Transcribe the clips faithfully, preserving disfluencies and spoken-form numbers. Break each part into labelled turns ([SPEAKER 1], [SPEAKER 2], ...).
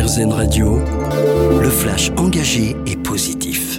[SPEAKER 1] R Z N Radio, le flash engagé et positif.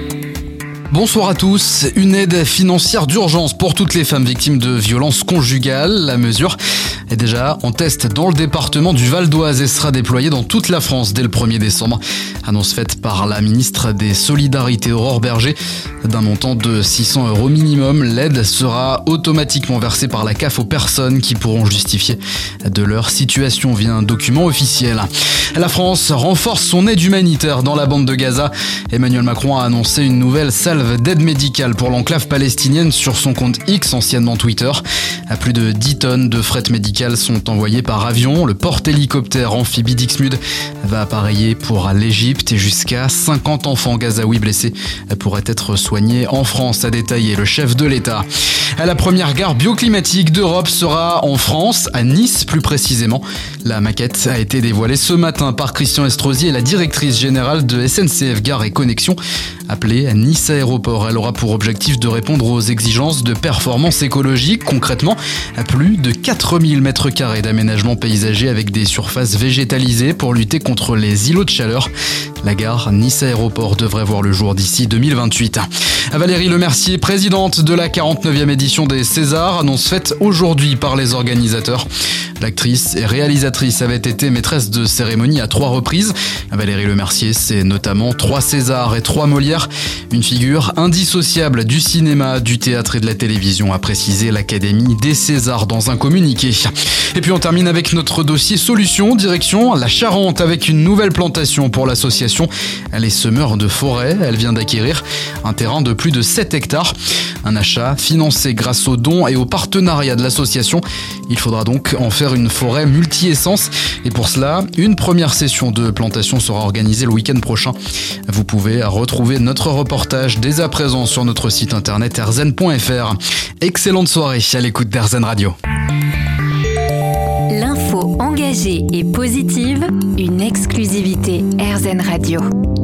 [SPEAKER 2] Bonsoir à tous. Une aide financière d'urgence pour toutes les femmes victimes de violences conjugales. La mesure est déjà en test dans le département du Val d'Oise et sera déployée dans toute la France dès le premier décembre. Annonce faite par la ministre des Solidarités Aurore Berger. D'un montant de six cents euros minimum, l'aide sera automatiquement versée par la C A F aux personnes qui pourront justifier de leur situation via un document officiel. La France renforce son aide humanitaire dans la bande de Gaza. Emmanuel Macron a annoncé une nouvelle salve d'aide médicale pour l'enclave palestinienne sur son compte X, anciennement Twitter. À plus de dix tonnes de fret médical sont envoyées par avion. Le porte-hélicoptère amphibie Dixmude va appareiller pour l'Égypte et jusqu'à cinquante enfants gazaouis blessés pourraient être soignés en France, a détaillé le chef de l'État. La première gare bioclimatique d'Europe sera en France, à Nice plus précisément. La maquette a été dévoilée ce matin par Christian Estrosi et la directrice générale de S N C F Gare et Connexion. Appelée Nice Aéroport, elle aura pour objectif de répondre aux exigences de performance écologique. Concrètement, à plus de quatre mille mètres carrés d'aménagement paysager avec des surfaces végétalisées pour lutter contre les îlots de chaleur. La gare Nice Aéroport devrait voir le jour d'ici deux mille vingt-huit. Valérie Lemercier, présidente de la quarante-neuvième édition des Césars, annonce faite aujourd'hui par les organisateurs. L'actrice et réalisatrice avait été maîtresse de cérémonie à trois reprises. Valérie Lemercier, c'est notamment trois Césars et trois Molières. Une figure indissociable du cinéma, du théâtre et de la télévision, a précisé l'Académie des Césars dans un communiqué. Et puis on termine avec notre dossier solution, direction la Charente avec une nouvelle plantation pour l'association Les Semeurs de Forêt. Elle vient d'acquérir un terrain de plus de sept hectares. Un achat financé grâce aux dons et au partenariat de l'association. Il faudra donc en faire une forêt multi-essence. Et pour cela, une première session de plantation sera organisée le week-end prochain. Vous pouvez retrouver notre reportage dès à présent sur notre site internet r z n point f r. Excellente soirée à l'écoute d'R Z N Radio.
[SPEAKER 3] L'info engagée et positive, une exclusivité R Z N Radio.